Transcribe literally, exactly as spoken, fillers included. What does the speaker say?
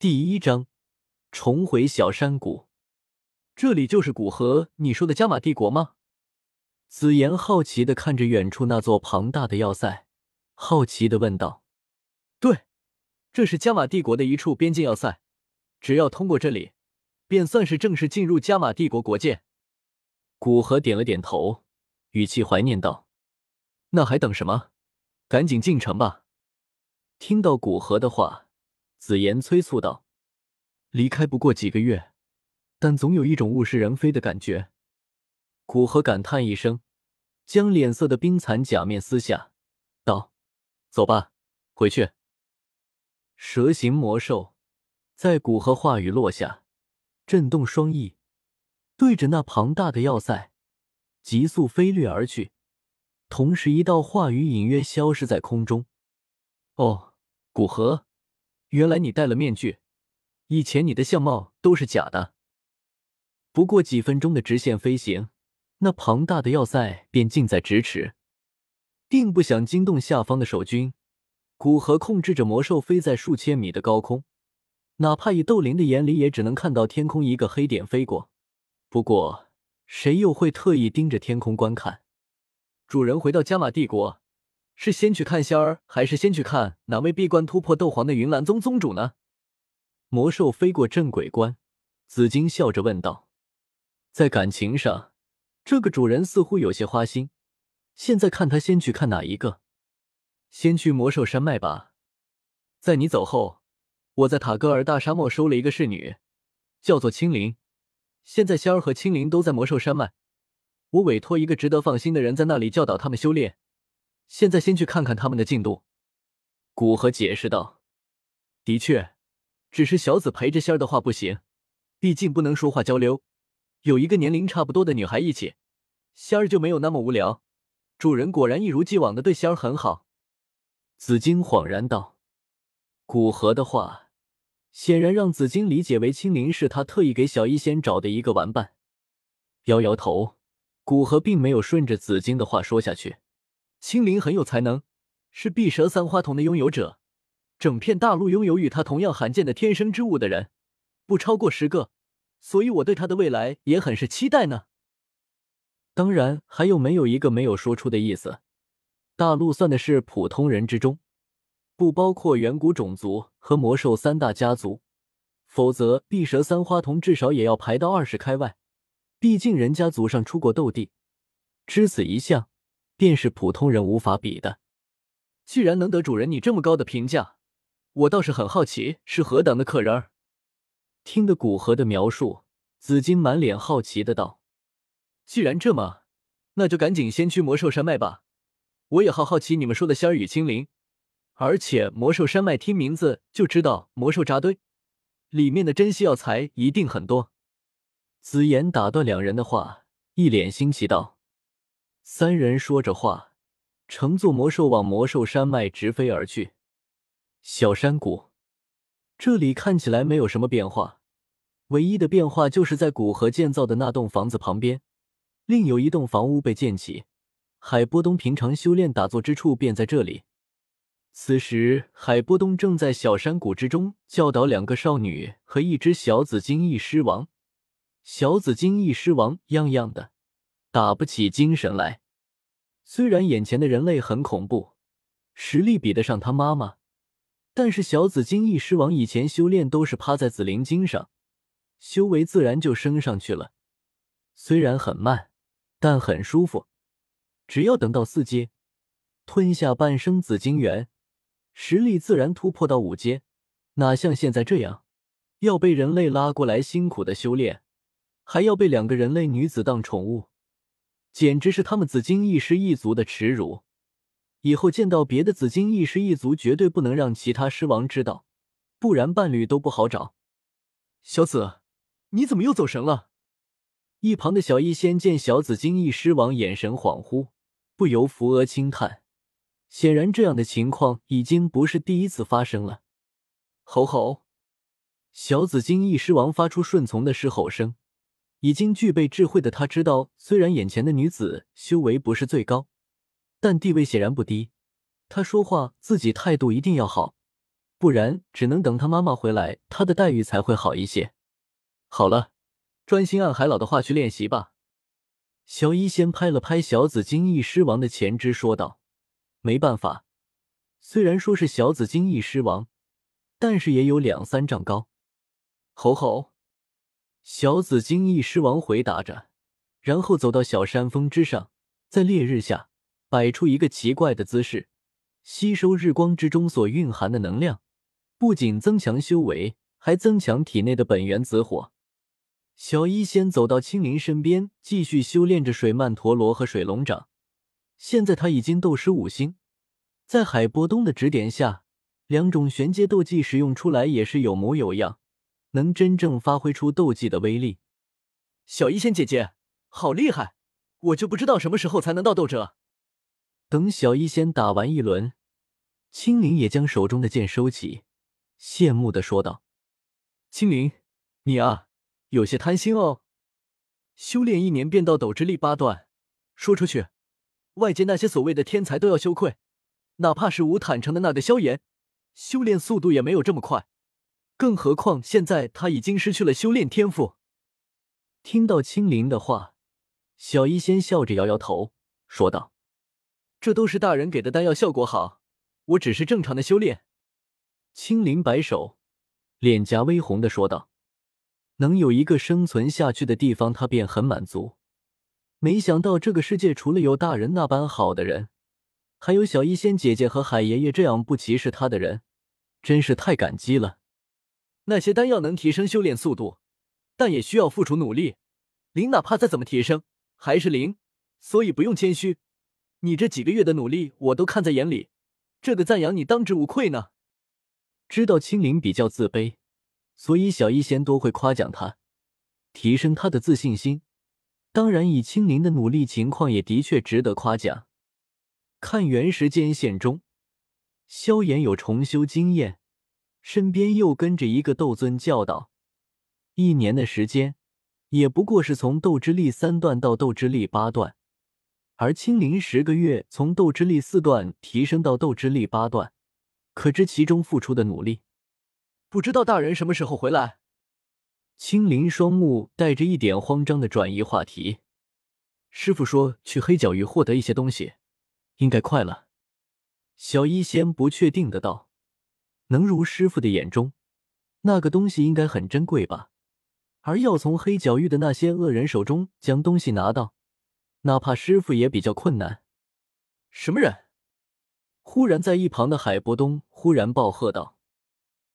第一章，重回小山谷。这里就是古河你说的加玛帝国吗？紫妍好奇地看着远处那座庞大的要塞，好奇地问道。对，这是加玛帝国的一处边境要塞，只要通过这里，便算是正式进入加玛帝国国界。古河点了点头，语气怀念道。那还等什么？赶紧进城吧。听到古河的话，紫妍催促道。离开不过几个月，但总有一种物是人非的感觉。古河感叹一声，将脸色的冰蚕假面撕下，道：走吧，回去。蛇形魔兽在古河话语落下，震动双翼，对着那庞大的要塞急速飞掠而去，同时一道话语隐约消失在空中。哦，古河，原来你戴了面具，以前你的相貌都是假的。不过几分钟的直线飞行，那庞大的要塞便近在咫尺。定不想惊动下方的守军，古河控制着魔兽飞在数千米的高空，哪怕以斗灵的眼里也只能看到天空一个黑点飞过。不过谁又会特意盯着天空观看？主人回到加玛帝国，是先去看仙儿，还是先去看哪位闭关突破斗皇的云岚宗宗主呢？魔兽飞过镇鬼关，紫金笑着问道。在感情上，这个主人似乎有些花心，现在看他先去看哪一个？先去魔兽山脉吧。在你走后，我在塔戈尔大沙漠收了一个侍女，叫做青灵。现在仙儿和青灵都在魔兽山脉，我委托一个值得放心的人在那里教导他们修炼。现在先去看看他们的进度。古河解释道。的确，只是小紫陪着仙儿的话不行，毕竟不能说话交流，有一个年龄差不多的女孩一起，仙儿就没有那么无聊。主人果然一如既往的对仙儿很好。紫金恍然道。古河的话显然让紫金理解为青灵是他特意给小医仙找的一个玩伴。摇摇头，古河并没有顺着紫金的话说下去。青灵很有才能，是碧蛇三花瞳的拥有者，整片大陆拥有与他同样罕见的天生之物的人不超过十个，所以我对他的未来也很是期待呢。当然还有没有一个没有说出的意思，大陆算的是普通人之中，不包括远古种族和魔兽三大家族，否则碧蛇三花瞳至少也要排到二十开外，毕竟人家祖上出过斗帝，只此一项便是普通人无法比的。既然能得主人你这么高的评价，我倒是很好奇是何等的客人儿。听得古河的描述，紫金满脸好奇的道。既然这么，那就赶紧先去魔兽山脉吧。我也好好奇你们说的仙儿与青灵，而且魔兽山脉听名字就知道魔兽扎堆，里面的珍稀药材一定很多。紫妍打断两人的话，一脸新奇道。三人说着话，乘坐魔兽往魔兽山脉直飞而去。小山谷，这里看起来没有什么变化，唯一的变化就是在古河建造的那栋房子旁边，另有一栋房屋被建起，海波东平常修炼打坐之处便在这里。此时海波东正在小山谷之中教导两个少女和一只小紫金翼狮王。小紫金翼狮王样样的打不起精神来，虽然眼前的人类很恐怖，实力比得上他妈妈，但是小紫金翼狮王以前修炼都是趴在紫灵晶上，修为自然就升上去了。虽然很慢，但很舒服。只要等到四阶，吞下半生紫晶元，实力自然突破到五阶，哪像现在这样，要被人类拉过来辛苦的修炼，还要被两个人类女子当宠物，简直是他们紫金翼狮一族的耻辱。以后见到别的紫金翼狮一族，绝对不能让其他狮王知道，不然伴侣都不好找。小紫，你怎么又走神了？一旁的小医仙见小紫金翼狮王眼神恍惚，不由扶额轻叹，显然这样的情况已经不是第一次发生了。吼吼！小紫金翼狮王发出顺从的狮吼声，已经具备智慧的他知道，虽然眼前的女子修为不是最高，但地位显然不低，他说话自己态度一定要好， 不然只能等他妈妈回来，他的待遇才会好一些。好了，专心按海老的话去练习吧。萧一仙拍了拍小紫金翼狮王的前肢说道，没办法，虽然说是小紫金翼狮王，但是也有两三丈高。吼吼！小紫金翼狮王回答着，然后走到小山峰之上，在烈日下摆出一个奇怪的姿势，吸收日光之中所蕴含的能量，不仅增强修为，还增强体内的本源紫火。小医仙走到青灵身边，继续修炼着水曼陀罗和水龙掌。现在他已经斗师五星，在海波东的指点下，两种玄阶斗技使用出来也是有模有样，能真正发挥出斗技的威力。小医仙姐姐，好厉害！我就不知道什么时候才能到斗者。等小医仙打完一轮，青灵也将手中的剑收起，羡慕地说道：“青灵，你啊，有些贪心哦。修炼一年便到斗之力八段，说出去，外界那些所谓的天才都要羞愧。哪怕是无坦诚的那个萧炎，修炼速度也没有这么快，更何况现在他已经失去了修炼天赋。”听到青灵的话，小医仙笑着摇摇头，说道：“这都是大人给的丹药效果好，我只是正常的修炼。”青灵摆手，脸颊微红的说道：“能有一个生存下去的地方，他便很满足。没想到这个世界除了有大人那般好的人，还有小医仙姐姐和海爷爷这样不歧视他的人，真是太感激了。那些丹药能提升修炼速度，但也需要付出努力，零哪怕再怎么提升，还是零，所以不用谦虚。你这几个月的努力，我都看在眼里，这个赞扬你当之无愧呢。”知道青灵比较自卑，所以小医仙多会夸奖他，提升他的自信心。当然，以青灵的努力情况，也的确值得夸奖。看原时间线中，萧炎有重修经验，身边又跟着一个斗尊教导，一年的时间，也不过是从斗之力三段到斗之力八段，而青灵十个月从斗之力四段提升到斗之力八段，可知其中付出的努力。不知道大人什么时候回来？青灵双目带着一点慌张的转移话题。师父说去黑角域获得一些东西，应该快了。小医仙不确定的道，能如师父的眼中，那个东西应该很珍贵吧？而要从黑角域的那些恶人手中将东西拿到，哪怕师父也比较困难。什么人？忽然在一旁的海波东忽然暴喝道。